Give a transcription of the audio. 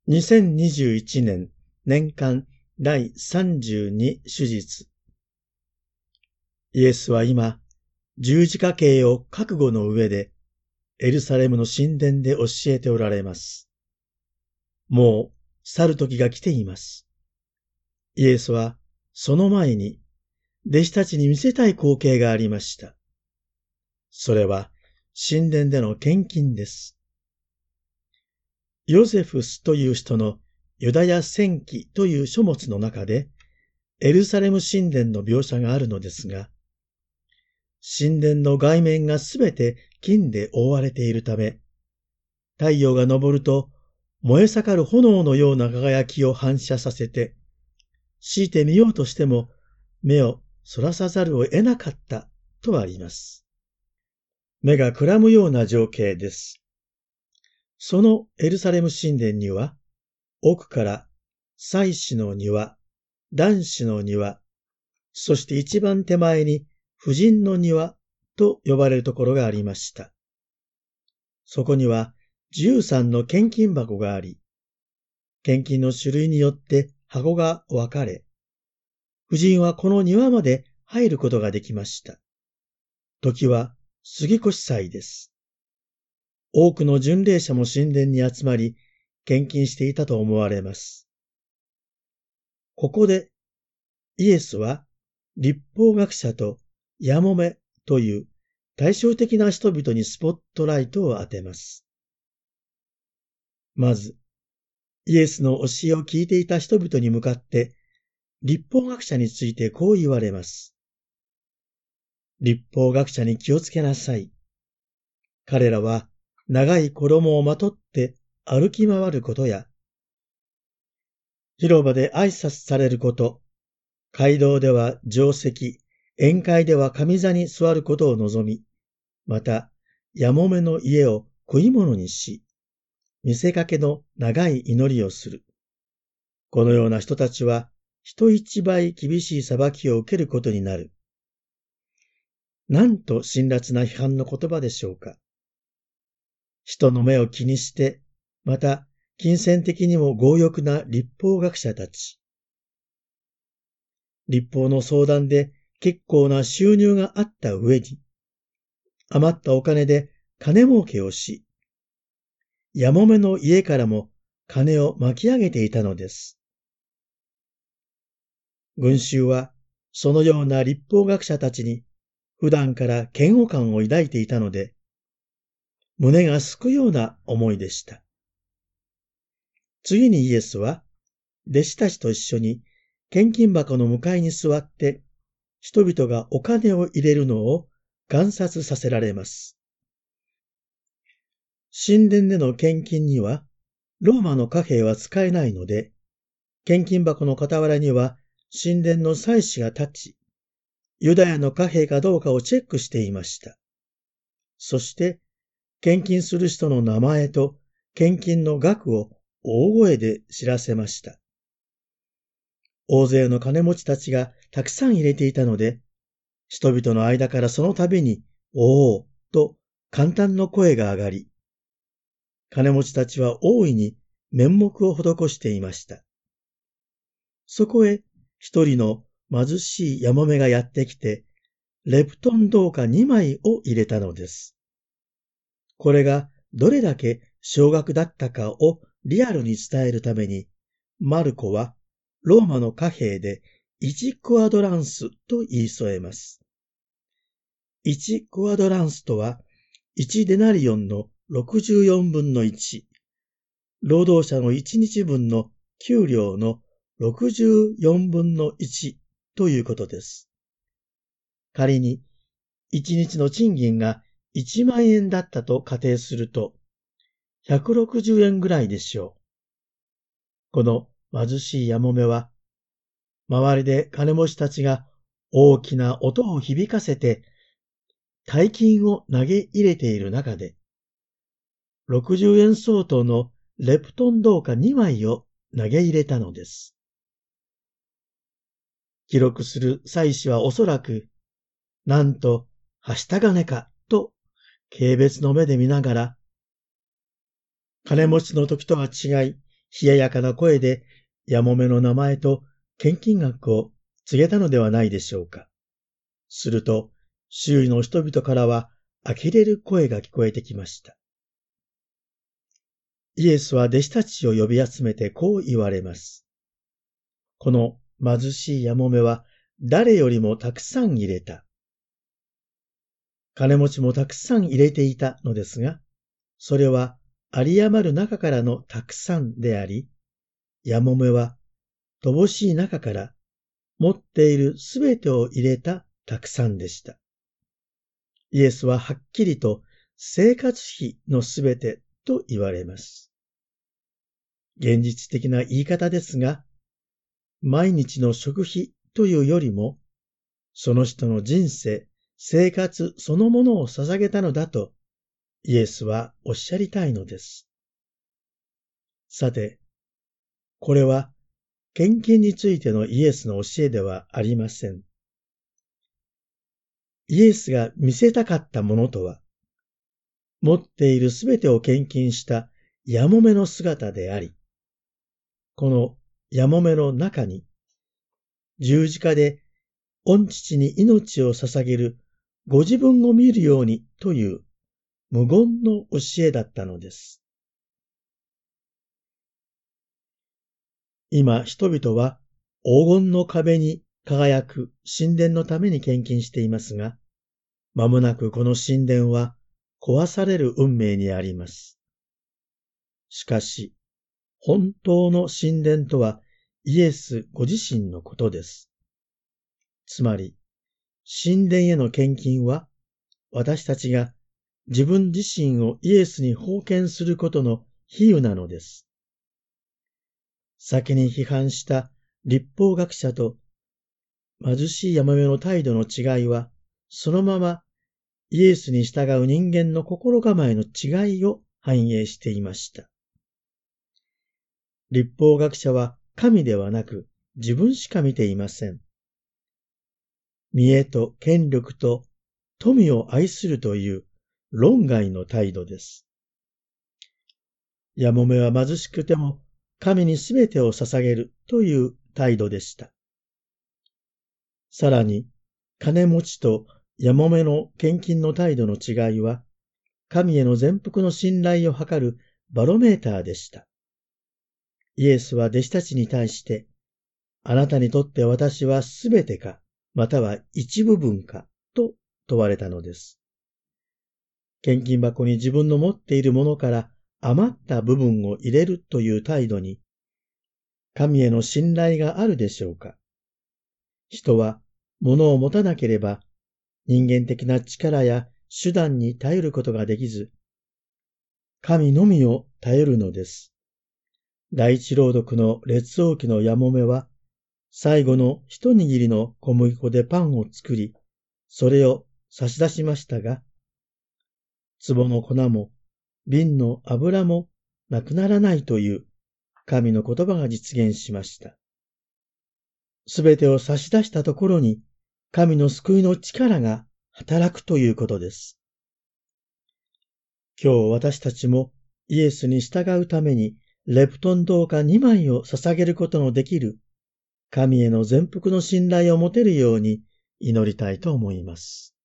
2021年年間第32主日。イエスは今、十字架刑を覚悟の上で、エルサレムの神殿で教えておられます。もう去る時が来ています。イエスはその前に弟子たちに見せたい光景がありました。それは神殿での献金です。ヨゼフスという人のユダヤ戦記という書物の中でエルサレム神殿の描写があるのですが、神殿の外面がすべて金で覆われているため、太陽が昇ると燃え盛る炎のような輝きを反射させて、強いて見ようとしても目をそらさざるを得なかったとあります。目がくらむような情景です。そのエルサレム神殿には、奥から祭司の庭、男子の庭、そして一番手前に婦人の庭と呼ばれるところがありました。そこには13の献金箱があり、献金の種類によって箱が分かれ、婦人はこの庭まで入ることができました。時は杉越祭です。多くの巡礼者も神殿に集まり、献金していたと思われます。ここでイエスは律法学者とやもめという対照的な人々にスポットライトを当てます。まず、イエスの教えを聞いていた人々に向かって、律法学者についてこう言われます。律法学者に気をつけなさい。彼らは長い衣をまとって歩き回ることや、広場で挨拶されること、街道では定席、宴会では上座に座ることを望み、また、やもめの家を食い物にし、見せかけの長い祈りをする。このような人たちは、人一倍厳しい裁きを受けることになる。なんと辛辣な批判の言葉でしょうか。人の目を気にして、また、金銭的にも強欲な律法学者たち。律法の相談で結構な収入があった上に、余ったお金で金儲けをし、やもめの家からも金を巻き上げていたのです。群衆はそのような律法学者たちに普段から嫌悪感を抱いていたので、胸がすくような思いでした。次にイエスは弟子たちと一緒に献金箱の向かいに座って、人々がお金を入れるのを観察させられます。神殿での献金には、ローマの貨幣は使えないので、献金箱の傍らには神殿の祭司が立ち、ユダヤの貨幣かどうかをチェックしていました。そして、献金する人の名前と献金の額を大声で知らせました。大勢の金持ちたちがたくさん入れていたので、人々の間からその度に、おーと感嘆の声が上がり、金持ちたちは大いに面目を施していました。そこへ一人の貧しいやもめがやってきて、レプトン銅貨2枚を入れたのです。これがどれだけ少額だったかをリアルに伝えるために、マルコはローマの貨幣で1クアドランスと言い添えます。1クアドランスとは1デナリオンの64分の1、労働者の1日分の給料の64分の1ということです。仮に1日の賃金が1万円だったと仮定すると、160円ぐらいでしょう。この貧しいやもめは、周りで金持ちたちが大きな音を響かせて、大金を投げ入れている中で、60円相当のレプトン銅貨2枚を投げ入れたのです。記録する祭司はおそらく、なんと、はした金かと、軽蔑の目で見ながら、金持ちの時とは違い、 冷ややかな声でやもめの名前と献金額を告げたのではないでしょうか。すると、周囲の人々からは呆れる声が聞こえてきました。イエスは弟子たちを呼び集めてこう言われます。この貧しいやもめは誰よりもたくさん入れた。金持ちもたくさん入れていたのですが、それは有り余る中からのたくさんであり、やもめは乏しい中から持っているすべてを入れたたくさんでした。イエスははっきりと生活費のすべてと言われます。現実的な言い方ですが、毎日の食費というよりも、その人の人生、生活そのものを捧げたのだとイエスはおっしゃりたいのです。さて、これは献金についてのイエスの教えではありません。イエスが見せたかったものとは、持っているすべてを献金したやもめの姿であり、このやもめの中に、十字架で御父に命を捧げるご自分を見るようにという無言の教えだったのです。今人々は黄金の壁に輝く神殿のために献金していますが、間もなくこの神殿は壊される運命にあります。しかし、本当の神殿とはイエスご自身のことです。つまり、神殿への献金は私たちが自分自身をイエスに奉献することの比喩なのです。先に批判した律法学者と貧しいやもめの態度の違いは、そのままイエスに従う人間の心構えの違いを反映していました。律法学者は神ではなく自分しか見ていません。見栄と権力と富を愛するという論外の態度です。やもめは貧しくても神にすべてを捧げるという態度でした。さらに、金持ちとやもめの献金の態度の違いは、神への全幅の信頼を図るバロメーターでした。イエスは弟子たちに対して、あなたにとって私はすべてか、または一部分か、と問われたのです。献金箱に自分の持っているものから余った部分を入れるという態度に、神への信頼があるでしょうか。人は物を持たなければ、人間的な力や手段に頼ることができず、神のみを頼るのです。第一朗読の列王記のやもめは、最後の一握りの小麦粉でパンを作り、それを差し出しましたが、壺の粉も瓶の油もなくならないという神の言葉が実現しました。すべてを差し出したところに神の救いの力が働くということです。今日私たちもイエスに従うためにレプトン銅貨2枚を捧げることのできる神への全幅の信頼を持てるように祈りたいと思います。